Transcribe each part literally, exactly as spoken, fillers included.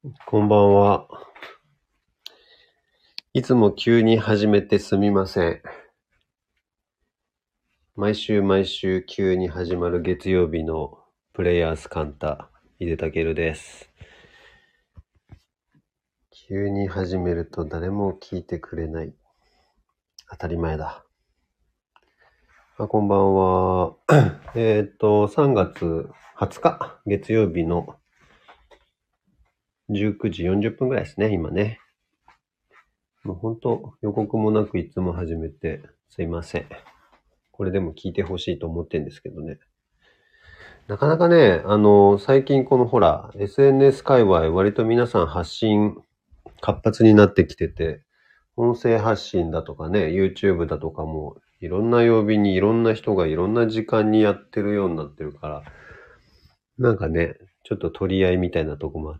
こんばんは。いつも急に始めてすみません。毎週毎週急に始まる月曜日のプレイヤースカンタ、井出武です。急に始めると誰も聞いてくれない。当たり前だ。あ、こんばんは。えっと、さんがつはつか、月曜日のじゅうくじよんじゅっぷんぐらいですね、今ね。もうほんと予告もなくいつも始めてすいません。これでも聞いてほしいと思ってんですけどね。なかなかね、あの、最近このほら、エスエヌエス 界隈割と皆さん発信活発になってきてて、音声発信だとかね、YouTube だとかも、いろんな曜日にいろんな人がいろんな時間にやってるようになってるから、なんかね、ちょっと取り合いみたいなとこもあって、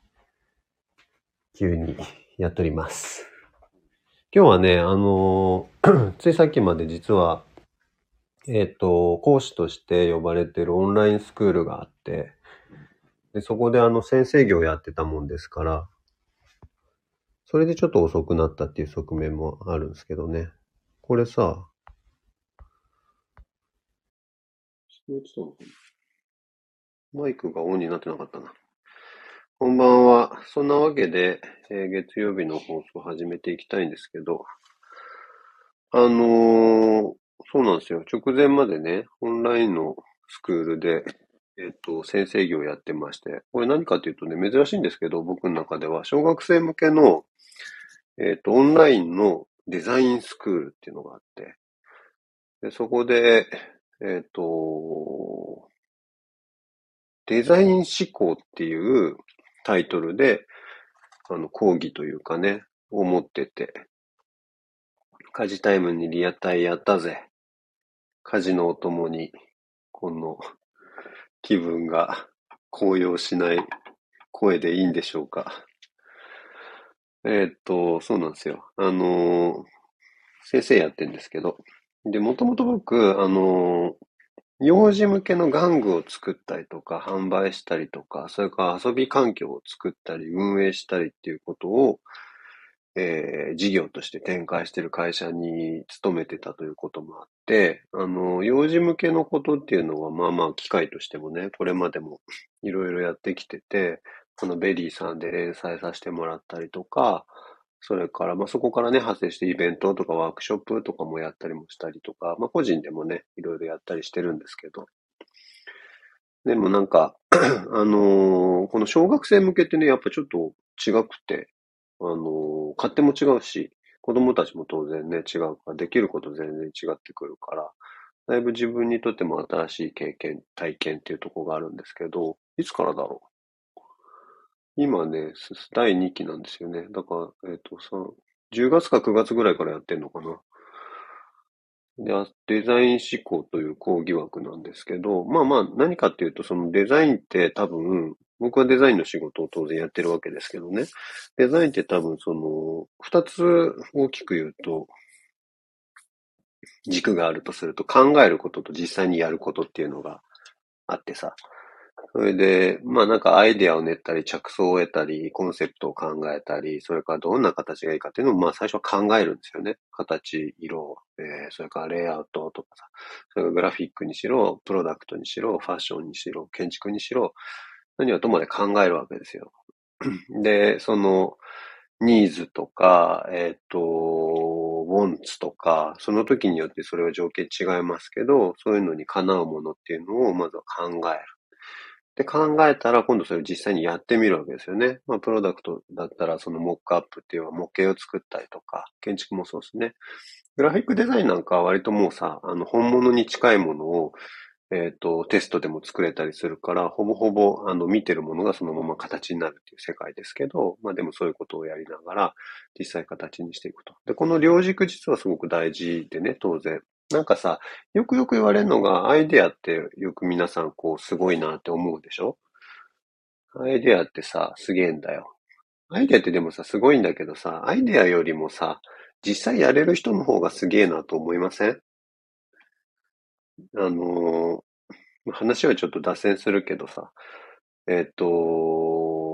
急にやっております。今日はね、あの、ついさっきまで実は、えっと、講師として呼ばれてるオンラインスクールがあって、で、そこであの先生業やってたもんですから、それでちょっと遅くなったっていう側面もあるんですけどね。これさ、聞こえてたのかな？マイクがオンになってなかったな。こんばんは。そんなわけで、えー月曜日の放送を始めていきたいんですけど、あのーそうなんですよ。直前までね、オンラインのスクールで、えっと、先生業やってまして、これ何かっていうとね、珍しいんですけど、僕の中では、小学生向けの、えっと、オンラインのデザインスクールっていうのがあって、で、そこで、えっと、デザイン思考っていうタイトルで、あの、講義というかね、を持ってて、家事タイムにリアタイやったぜ。家事のお供に、この気分が高揚しない声でいいんでしょうか。えーっと、そうなんですよ。あのー先生やってんですけど、で、もともと僕、あのー幼児向けの玩具を作ったりとか、販売したりとか、それから遊び環境を作ったり、運営したりっていうことを、えー事業として展開している会社に勤めてたということもあって、あの、幼児向けのことっていうのは、まあまあ、機会としてもね、これまでもいろいろやってきてて、このベリーさんで連載させてもらったりとか、それから、まあそこからね、派生してイベントとかワークショップとかもやったりもしたりとか、まあ個人でもね、いろいろやったりしてるんですけど、でもなんか、あのーこの小学生向けってね、やっぱちょっと違くて、あのー勝手も違うし、子供たちも当然ね、違うから、できること全然違ってくるから、だいぶ自分にとっても新しい経験、体験っていうところがあるんですけど、いつからだろう。今ね、すだいにきなんですよね。だから、えっと、さん、じゅうがつかくがつぐらいからやってんのかな。で、あデザイン思考という講義枠なんですけど、まあまあ何かっていうと、そのデザインって多分、僕はデザインの仕事を当然やってるわけですけどね。デザインって多分その、二つ大きく言うと、軸があるとすると、考えることと実際にやることっていうのがあってさ。それで、まあなんかアイデアを練ったり、着想を得たり、コンセプトを考えたり、それからどんな形がいいかっていうのを、まあ最初は考えるんですよね。形、色、えー、それからレイアウトとかさ、それからグラフィックにしろ、プロダクトにしろ、ファッションにしろ、建築にしろ、何はともあれ考えるわけですよ。で、その、ニーズとか、えっと、ウォンツとか、その時によってそれは条件違いますけど、そういうのにかなうものっていうのをまずは考える。で、考えたら、今度それを実際にやってみるわけですよね。まあ、プロダクトだったら、そのモックアップっていうのは模型を作ったりとか、建築もそうですね。グラフィックデザインなんかは割ともうさ、あの、本物に近いものを、えっと、テストでも作れたりするから、ほぼほぼ、あの、見てるものがそのまま形になるっていう世界ですけど、まあでもそういうことをやりながら、実際形にしていくと。で、この両軸実はすごく大事でね、当然。なんかさ、よくよく言われるのが、アイデアってよく皆さんこう、すごいなって思うでしょ？アイデアってさ、すげえんだよ。アイデアってでもさ、すごいんだけどさ、アイデアよりもさ、実際やれる人の方がすげえなと思いません？あのー話はちょっと脱線するけどさ、えっと、ほ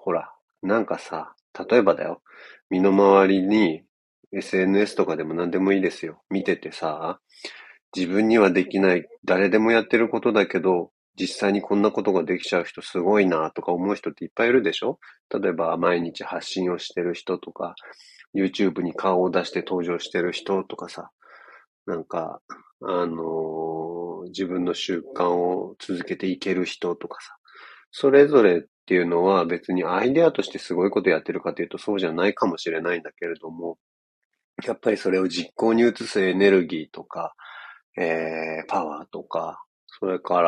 ほら、なんかさ、例えばだよ、身の回りに エスエヌエス とかでも何でもいいですよ。見ててさ、自分にはできない、誰でもやってることだけど、実際にこんなことができちゃう人すごいなとか思う人っていっぱいいるでしょ？例えば毎日発信をしてる人とか、YouTube に顔を出して登場してる人とかさ、なんか、あのー自分の習慣を続けていける人とかさ、それぞれっていうのは別にアイデアとしてすごいことやってるかというとそうじゃないかもしれないんだけれども、やっぱりそれを実行に移すエネルギーとか、えー、パワーとか、それから、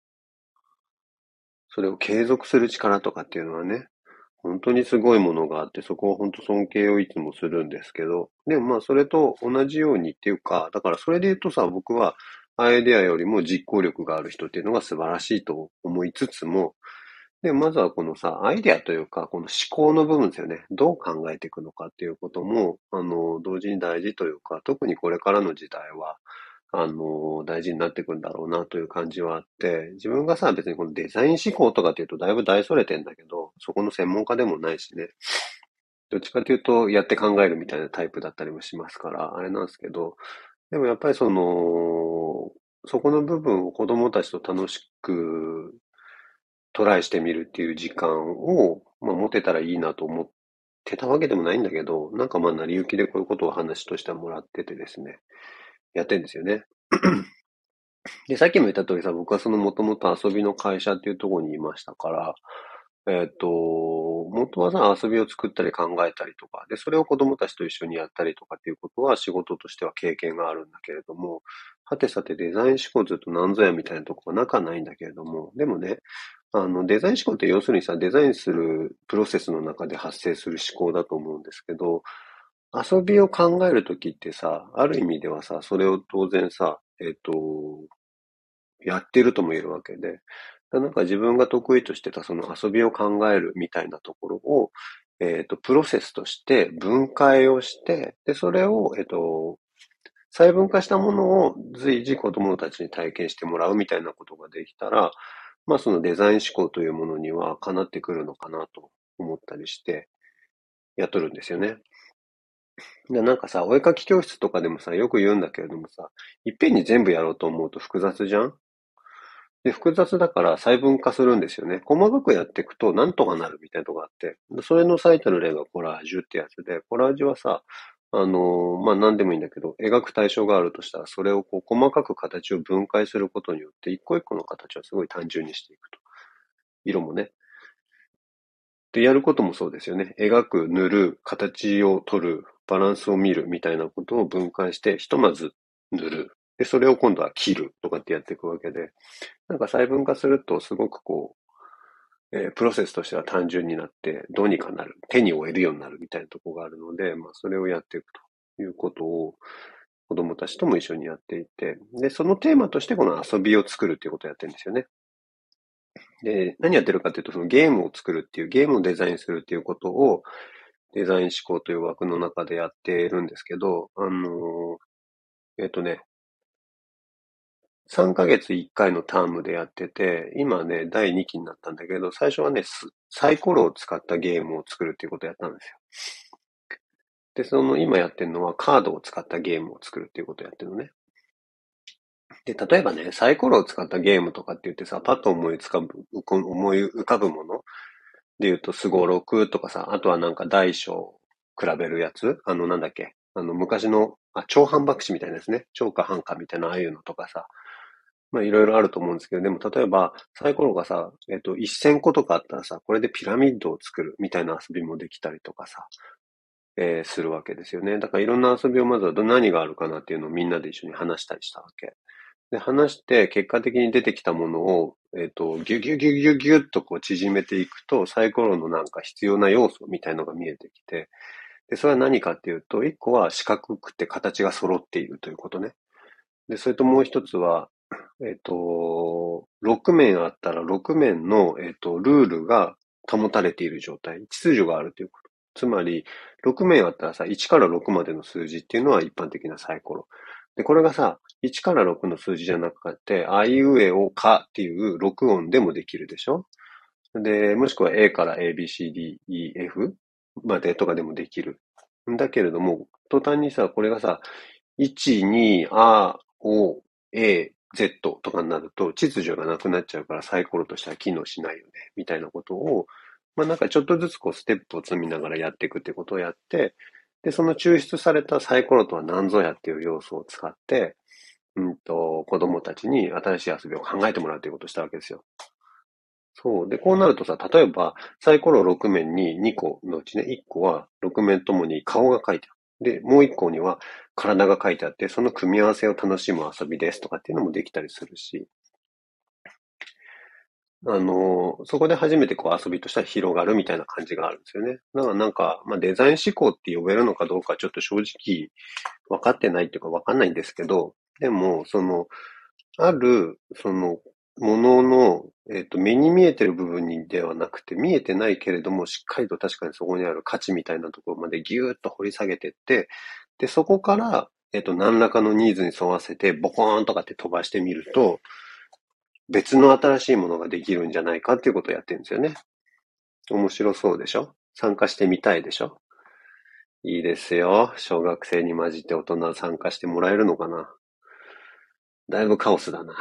それを継続する力とかっていうのはね、本当にすごいものがあって、そこは本当尊敬をいつもするんですけど、でもまあそれと同じようにっていうか、だからそれで言うとさ、僕はアイデアよりも実行力がある人っていうのが素晴らしいと思いつつも、で、まずはこのさ、アイデアというか、この思考の部分ですよね。どう考えていくのかっていうことも、あの、同時に大事というか、特にこれからの時代は、あの、大事になっていくんだろうなという感じはあって、自分がさ、別にこのデザイン思考とかっていうとだいぶ大それてんだけど、そこの専門家でもないしね。どっちかというと、やって考えるみたいなタイプだったりもしますから、あれなんですけど、でもやっぱりその、そこの部分を子供たちと楽しくトライしてみるっていう時間を、まあ、持てたらいいなと思ってたわけでもないんだけど、なんかまあ、成り行きでこういうことを話としてはもらっててですね、やってんですよね。で、さっきも言った通りさ、僕はそのもともと遊びの会社っていうところにいましたから、えっと、元はさ、遊びを作ったり考えたりとか、で、それを子供たちと一緒にやったりとかっていうことは仕事としては経験があるんだけれども、はてさてデザイン思考ずっと何ぞやみたいなところがなかないんだけれども、でもね、あの、デザイン思考って要するにさ、デザインするプロセスの中で発生する思考だと思うんですけど、遊びを考えるときってさ、ある意味ではさ、それを当然さ、えっと、やってるとも言えるわけで、なんか自分が得意としてたその遊びを考えるみたいなところを、えっと、プロセスとして分解をして、で、それを、えっと、細分化したものを随時子供たちに体験してもらうみたいなことができたら、まあそのデザイン思考というものにはかなってくるのかなと思ったりしてやっとるんですよね。で、なんかさ、お絵かき教室とかでもさ、よく言うんだけれどもさ、いっぺんに全部やろうと思うと複雑じゃん。で、複雑だから細分化するんですよね。細かくやっていくとなんとかなるみたいなとこがあって、それの最たる例がコラージュってやつで、コラージュはさ、あのーまあ、何でもいいんだけど、描く対象があるとしたら、それをこう細かく形を分解することによって、一個一個の形をすごい単純にしていくと。色もね。で、やることもそうですよね。描く、塗る、形を取る、バランスを見るみたいなことを分解して、ひとまず塗る。で、それを今度は切るとかってやっていくわけで、なんか細分化するとすごくこう、えープロセスとしては単純になって、どうにかなる。手に負えるようになるみたいなところがあるので、まあ、それをやっていくということを、子供たちとも一緒にやっていて、で、そのテーマとしてこの遊びを作るっていうことをやってるんですよね。で、何やってるかっていうと、そのゲームを作るっていう、ゲームをデザインするっていうことを、デザイン思考という枠の中でやっているんですけど、あのーえっとね、さんかげついっかいのタームでやってて、今ね、だいにきになったんだけど、最初はね、スサイコロを使ったゲームを作るっていうことをやったんですよ。で、その今やってるのはカードを使ったゲームを作るっていうことをやってるのね。で、例えばね、サイコロを使ったゲームとかって言ってさ、パッと思いつかぶ、思い浮かぶもので言うと、スゴロクとかさ、あとはなんか大小比べるやつあの、なんだっけあの、昔の、あ、超反爆死みたいなですね。超か反かみたいな、ああいうのとかさ、まあいろいろあると思うんですけど、でも例えばサイコロがさ、えっと、せんことかあったらさ、これでピラミッドを作るみたいな遊びもできたりとかさ、えーするわけですよね。だからいろんな遊びをまずはど何があるかなっていうのをみんなで一緒に話したりしたわけ。で、話して結果的に出てきたものを、えっと、ギュギュギュギュギュッとこう縮めていくと、サイコロのなんか必要な要素みたいのが見えてきて、で、それは何かっていうと、一個は四角くて形が揃っているということね。で、それともう一つは、えっと、ろく面あったらろく面の、えっと、ルールが保たれている状態、秩序があるということ。つまり、ろく面あったらさ、いちからろくまでの数字っていうのは一般的なサイコロ。で、これがさ、いちからろくの数字じゃなくて、あいうえおかっていうろく音でもできるでしょ？ で、もしくは A から A、B、C、D、E、F までとかでもできる。んだけれども、途端にさ、これがさ、いち、に、A、O、A、Z とかになると、秩序がなくなっちゃうからサイコロとしては機能しないよね、みたいなことを、まあなんかちょっとずつこうステップを積みながらやっていくってことをやって、で、その抽出されたサイコロとは何ぞやっていう要素を使って、うんと、子供たちに新しい遊びを考えてもらうということをしたわけですよ。そう。で、こうなるとさ、例えば、サイコロろく面ににこのうちね、いっこはろく面ともに顔が書いてある。で、もういっこには体が書いてあって、その組み合わせを楽しむ遊びですとかっていうのもできたりするし、あの、そこで初めてこう遊びとしては広がるみたいな感じがあるんですよね。だからなんか、まあデザイン思考って呼べるのかどうかちょっと正直分かってないっていうか分かんないんですけど、でも、その、ある、その、ものの、えっと、目に見えてる部分にではなくて、見えてないけれども、しっかりと確かにそこにある価値みたいなところまでギューッと掘り下げていって、で、そこから、えっと、何らかのニーズに沿わせて、ボコーンとかって飛ばしてみると、別の新しいものができるんじゃないかっていうことをやってるんですよね。面白そうでしょ？参加してみたいでしょ？いいですよ。小学生に混じって大人参加してもらえるのかな？だいぶカオスだな。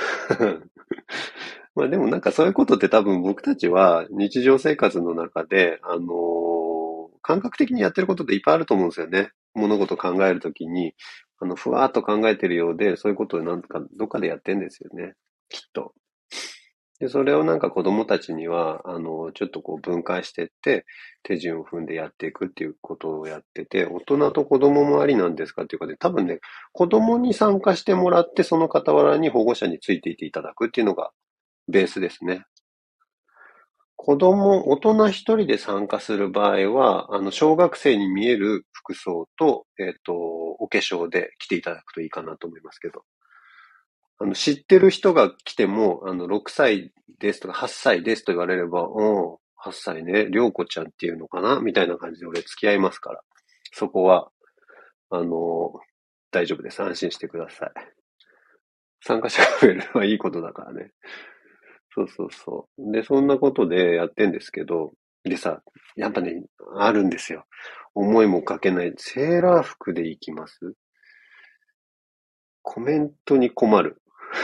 まあでもなんかそういうことって多分僕たちは日常生活の中で、あのー感覚的にやってることっていっぱいあると思うんですよね。物事を考えるときに、あの、ふわーっと考えてるようで、そういうことをなんかどっかでやってんですよね。きっと。で、それをなんか子供たちには、あの、ちょっとこう分解していって、手順を踏んでやっていくっていうことをやってて、大人と子供もありなんですかっていうかで、多分ね、子供に参加してもらって、その傍らに保護者についていていただくっていうのがベースですね。子供、大人一人で参加する場合は、あの、小学生に見える服装と、えっと、お化粧で来ていただくといいかなと思いますけど。あの、知ってる人が来ても、あの、ろくさいですとかはっさいですと言われれば、うん、はっさいね、りょうこちゃんっていうのかなみたいな感じで俺付き合いますから。そこは、あの、大丈夫です。安心してください。参加者が増えるのはいいことだからね。そうそうそう。で、そんなことでやってんですけど、でさ、やっぱね、あるんですよ。思いもかけない。セーラー服で行きます？コメントに困る。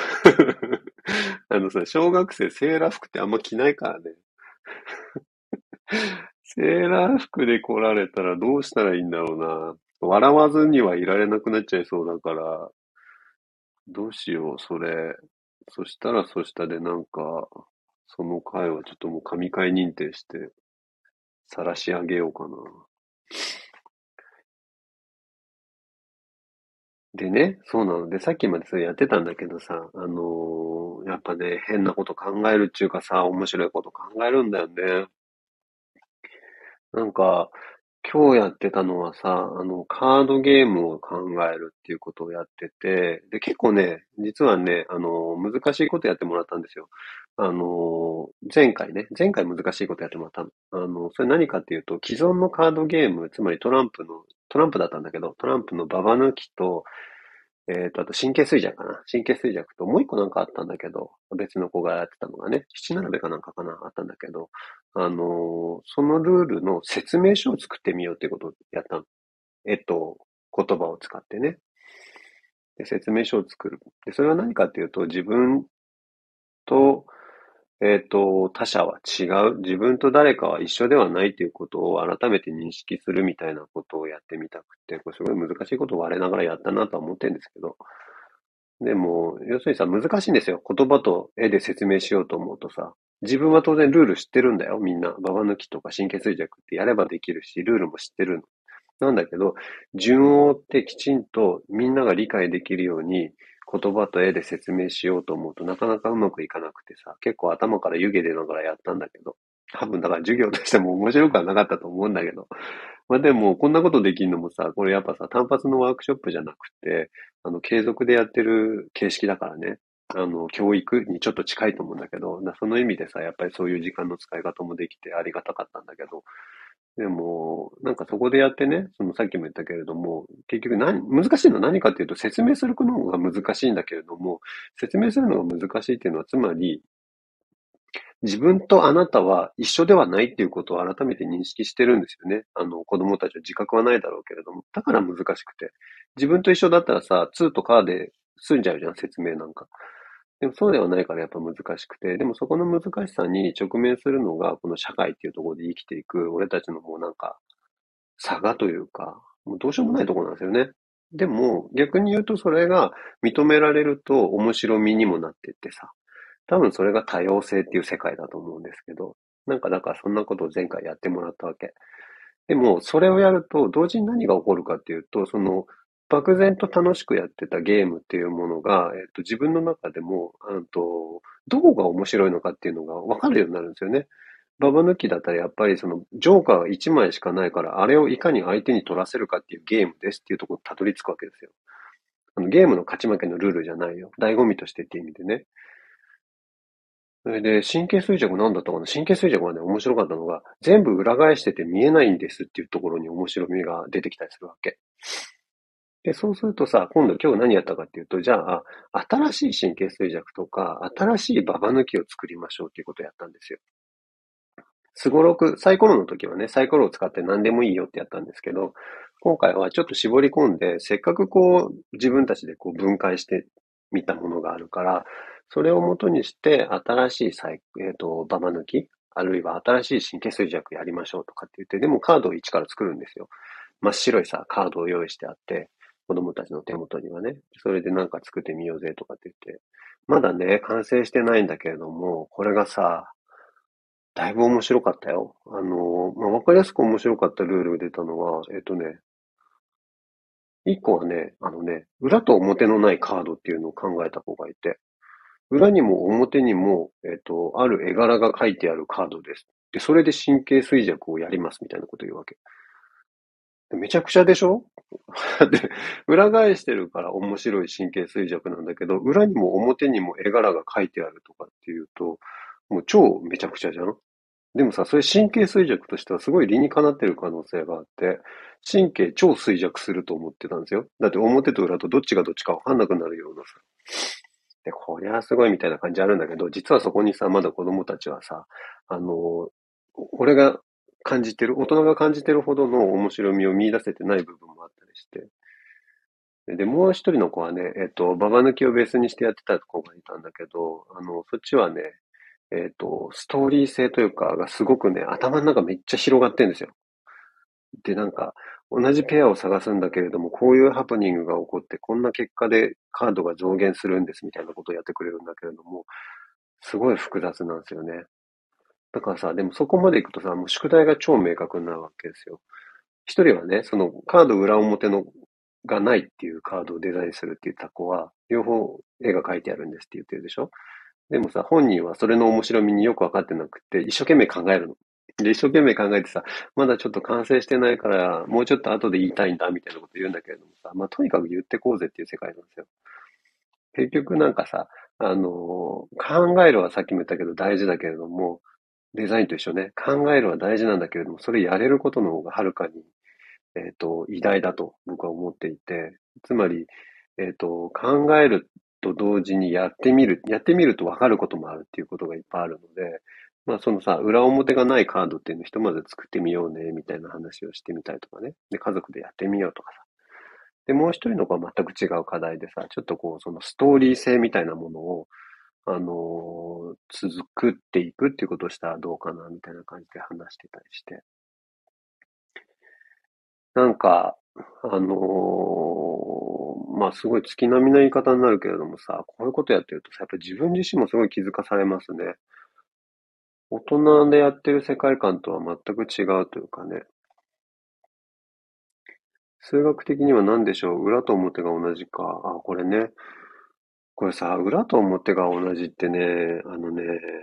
あのさ、小学生セーラー服ってあんま着ないからね。セーラー服で来られたらどうしたらいいんだろうな。笑わずにはいられなくなっちゃいそうだから、どうしよう、それ。そしたらそしたでなんか、その回はちょっともう神回認定して、晒し上げようかな。でね、そうなので、さっきまでそれやってたんだけどさ、あのーやっぱね、変なこと考えるっていうかさ、面白いこと考えるんだよね。なんか、今日やってたのはさ、あの、カードゲームを考えるっていうことをやってて、で、結構ね、実はね、あの、難しいことやってもらったんですよ。あの、前回ね、前回難しいことやってもらったの。あの、それ何かっていうと、既存のカードゲーム、つまりトランプの、トランプだったんだけど、トランプのババ抜きと、えっと、あと神経衰弱かな。神経衰弱と、もう一個なんかあったんだけど、別の子がやってたのがね、七並べかなんかかな、あったんだけど、あのーそのルールの説明書を作ってみようっていうことをやったの。えっと、言葉を使ってね。で、説明書を作る。で、それは何かっていうと、自分と、えっと、他者は違う。自分と誰かは一緒ではないということを改めて認識するみたいなことをやってみたくて、これすごい難しいことを我ながらやったなとは思ってるんですけど、でも、要するにさ、難しいんですよ。言葉と絵で説明しようと思うとさ、自分は当然ルール知ってるんだよ、みんな。ババ抜きとか神経衰弱ってやればできるし、ルールも知ってるの。なんだけど、順を追ってきちんとみんなが理解できるように言葉と絵で説明しようと思うとなかなかうまくいかなくてさ、結構頭から湯気出ながらやったんだけど、多分だから授業としても面白くはなかったと思うんだけど、まあでも、こんなことできるのもさ、これやっぱさ、単発のワークショップじゃなくて、あの、継続でやってる形式だからね、あの、教育にちょっと近いと思うんだけど、なその意味でさ、やっぱりそういう時間の使い方もできてありがたかったんだけど、でも、なんかそこでやってね、そのさっきも言ったけれども、結局何、難しいのは何かっていうと説明するのが難しいんだけれども、説明するのが難しいっていうのは、つまり、 自分とあなたは一緒ではないっていうことを改めて認識してるんですよね。あの、子供たちは自覚はないだろうけれども。だから難しくて。自分と一緒だったらさ、ツーとカーで済んじゃうじゃん、説明なんか。でもそうではないからやっぱ難しくて、でもそこの難しさに直面するのが、この社会っていうところで生きていく、俺たちのもうなんか、差がというか、もうどうしようもないところなんですよね。でも、逆に言うとそれが認められると面白みにもなってってさ、多分それが多様性っていう世界だと思うんですけど、なんかだからそんなことを前回やってもらったわけ。でも、それをやると、同時に何が起こるかっていうと、その、漠然と楽しくやってたゲームっていうものが、えっと、自分の中でも、あと、どこが面白いのかっていうのが分かるようになるんですよね。ババ抜きだったらやっぱりその、ジョーカーがいちまいしかないから、あれをいかに相手に取らせるかっていうゲームですっていうところにたどり着くわけですよ。あのゲームの勝ち負けのルールじゃないよ。醍醐味としてっていう意味でね。それで、神経衰弱なんだったかな。神経衰弱はね、面白かったのが、全部裏返してて見えないんですっていうところに面白みが出てきたりするわけ。で、そうするとさ、今度今日何やったかっていうと、じゃあ、新しい神経衰弱とか、新しいババ抜きを作りましょうっていうことをやったんですよ。すごろく、サイコロの時はね、サイコロを使って何でもいいよってやったんですけど、今回はちょっと絞り込んで、せっかくこう、自分たちでこう分解してみたものがあるから、それをもとにして、新しいサイ、えっと、ババ抜き、あるいは新しい神経衰弱やりましょうとかって言って、でもカードを一から作るんですよ。真っ白いさ、カードを用意してあって、子供たちの手元にはね、それでなんか作ってみようぜとかって言って、まだね、完成してないんだけれども、これがさ、だいぶ面白かったよ。あの、まあ、わかりやすく面白かったルールが出たのは、えっとね、一個はね、あのね、裏と表のないカードっていうのを考えた子がいて、裏にも表にも、えっと、ある絵柄が書いてあるカードです。で、それで神経衰弱をやりますみたいなこと言うわけ。めちゃくちゃでしょ？で、裏返してるから面白い神経衰弱なんだけど、裏にも表にも絵柄が書いてあるとかっていうと、もう超めちゃくちゃじゃん。でもさ、それ神経衰弱としてはすごい理にかなってる可能性があって、神経超衰弱すると思ってたんですよ。だって表と裏とどっちがどっちかわかんなくなるようなさ。で、こりゃすごいみたいな感じあるんだけど、実はそこにさ、まだ子供たちはさ、あの、俺が感じてる、大人が感じてるほどの面白みを見出せてない部分もあったりして。で、もう一人の子はね、えっと、ババ抜きをベースにしてやってた子がいたんだけど、あの、そっちはね、えっと、ストーリー性というか、がすごくね、頭の中めっちゃ広がってんですよ。で、なんか、同じペアを探すんだけれども、こういうハプニングが起こって、こんな結果でカードが増減するんですみたいなことをやってくれるんだけれども、すごい複雑なんですよね。だからさ、でもそこまで行くとさ、もう宿題が超明確になるわけですよ。一人はね、そのカード裏表のがないっていうカードをデザインするって言った子は、両方絵が描いてあるんですって言ってるでしょ？でもさ、本人はそれの面白みによくわかってなくて、一生懸命考えるの。で、一生懸命考えてさ、まだちょっと完成してないから、もうちょっと後で言いたいんだ、みたいなこと言うんだけれどもさ、まあ、とにかく言ってこうぜっていう世界なんですよ。結局なんかさ、あのー考えるはさっきも言ったけど大事だけれども、デザインと一緒ね、考えるは大事なんだけれども、それやれることの方がはるかに、えっと、偉大だと僕は思っていて、つまり、えっと、考えると同時にやってみる、やってみると分かることもあるっていうことがいっぱいあるので、まあそのさ、裏表がないカードっていうのをひとまず作ってみようね、みたいな話をしてみたりとかね。で、家族でやってみようとかさ。で、もう一人の子は全く違う課題でさ、ちょっとこう、そのストーリー性みたいなものを、あのー続っていくっていうことをしたらどうかな、みたいな感じで話してたりして。なんか、あのーまあ、すごい月並みな言い方になるけれどもさ、こういうことやってるとさ、やっぱり自分自身もすごい気づかされますね。大人でやってる世界観とは全く違うというかね。数学的には何でしょう、裏と表が同じか。あ、これね。これさ、裏と表が同じってね、あのね、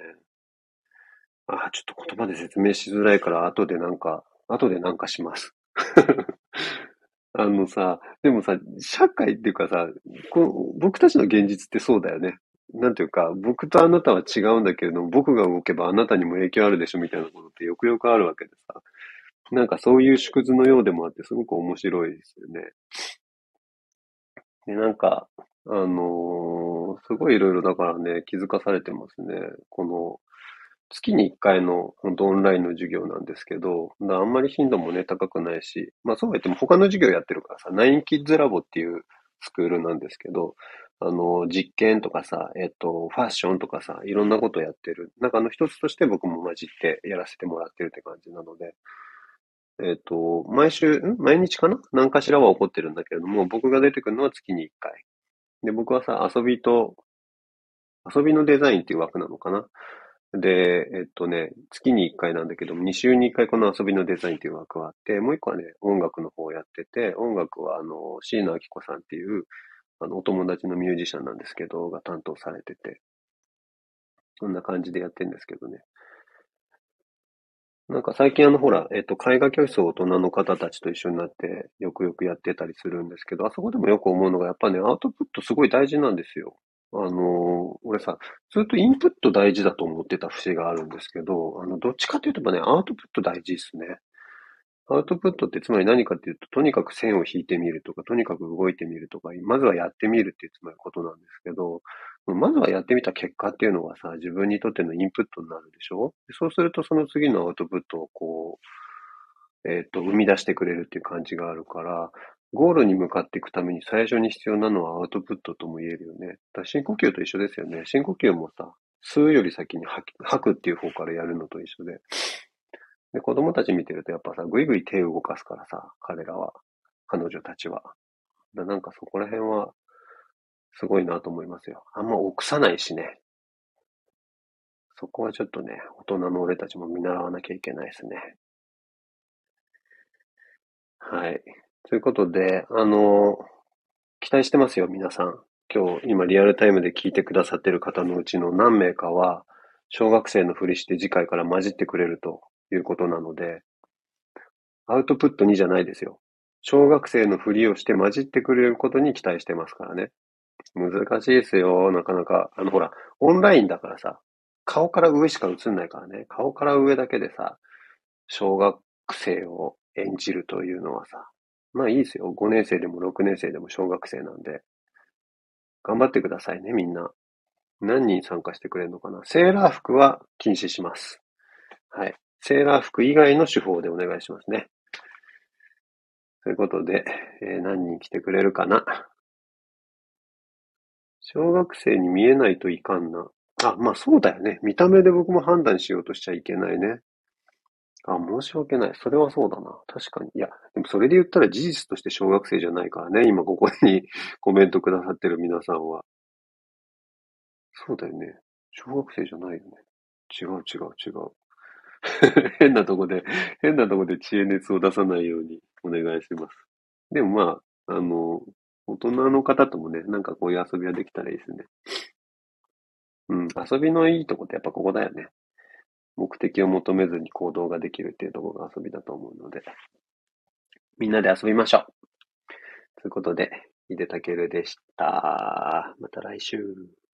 あ、ちょっと言葉で説明しづらいから後でなんか、後でなんかします。あのさ、でもさ、社会っていうかさ、こう僕たちの現実ってそうだよね。なんていうか、僕とあなたは違うんだけれども、僕が動けばあなたにも影響あるでしょみたいなことってよくよくあるわけでさ。なんかそういう縮図のようでもあってすごく面白いですよね。で、なんか、あのーすごいいろいろだからね、気づかされてますね。この、 月にいっかいの本当オンラインの授業なんですけど、だからあんまり頻度もね、高くないし、まあそうは言っても他の授業やってるからさ、ナインキッズラボっていうスクールなんですけど、あの、実験とかさ、えっと、ファッションとかさ、いろんなことやってる。中の一つとして僕も混じってやらせてもらってるって感じなので、えっと、毎週、ん毎日かな何かしらは起こってるんだけれども、僕が出てくるのは月にいっかい。で、僕はさ、遊びと、遊びのデザインっていう枠なのかな。で、えっとね、月にいっかいなんだけども、に週にいっかいこの遊びのデザインっていう枠があって、もういっこはね、音楽の方をやってて、音楽はあの、椎名明子さんっていう、あの、お友達のミュージシャンなんですけど、が担当されてて、そんな感じでやってるんですけどね。なんか最近あのほら、えっと、絵画教室を大人の方たちと一緒になってよくよくやってたりするんですけど、あそこでもよく思うのがやっぱね、アウトプットすごい大事なんですよ。あの、俺さ、ずっとインプット大事だと思ってた節があるんですけど、あの、どっちかというとやっぱね、アウトプット大事ですね。アウトプットってつまり何かっていうと、とにかく線を引いてみるとか、とにかく動いてみるとか、まずはやってみるっていうつまりことなんですけど、まずはやってみた結果っていうのがさ、自分にとってのインプットになるでしょ？そうするとその次のアウトプットをこう、えっと、生み出してくれるっていう感じがあるから、ゴールに向かっていくために最初に必要なのはアウトプットとも言えるよね。だから深呼吸と一緒ですよね。深呼吸もさ、吸うより先に吐き吐くっていう方からやるのと一緒で。で、子供たち見てるとやっぱさ、ぐいぐい手を動かすからさ、彼らは、彼女たちは。だなんかそこら辺はすごいなと思いますよ。あんま臆さないしね。そこはちょっとね、大人の俺たちも見習わなきゃいけないですね。はい。ということで、あの、期待してますよ、皆さん。今日、今リアルタイムで聞いてくださってる方のうちの何名かは、小学生のふりして次回から混じってくれるということなので、アウトプットにじゃないですよ。小学生のふりをして混じってくれることに期待してますからね。難しいですよ、なかなか。あの、ほら、オンラインだからさ、顔から上しか映んないからね。顔から上だけでさ、小学生を演じるというのはさ、まあいいですよ。ごねん生でもろくねん生でも小学生なんで、頑張ってくださいね、みんな。何人参加してくれるのかな。セーラー服は禁止します。はい。セーラー服以外の手法でお願いしますね。ということで、えー何人来てくれるかな。小学生に見えないといかんな。あ、まあそうだよね。見た目で僕も判断しようとしちゃいけないね。あ、申し訳ない。それはそうだな。確かに。いや、でもそれで言ったら事実として小学生じゃないからね。今ここにコメントくださってる皆さんは。そうだよね。小学生じゃないよね。違う違う違う。変なとこで、変なとこで知恵熱を出さないようにお願いします。でもまあ、あの、大人の方ともね、なんかこういう遊びはできたらいいですね。うん、遊びのいいとこってやっぱここだよね。目的を求めずに行動ができるっていうところが遊びだと思うので、みんなで遊びましょう。ということで、井出たけるでした。また来週。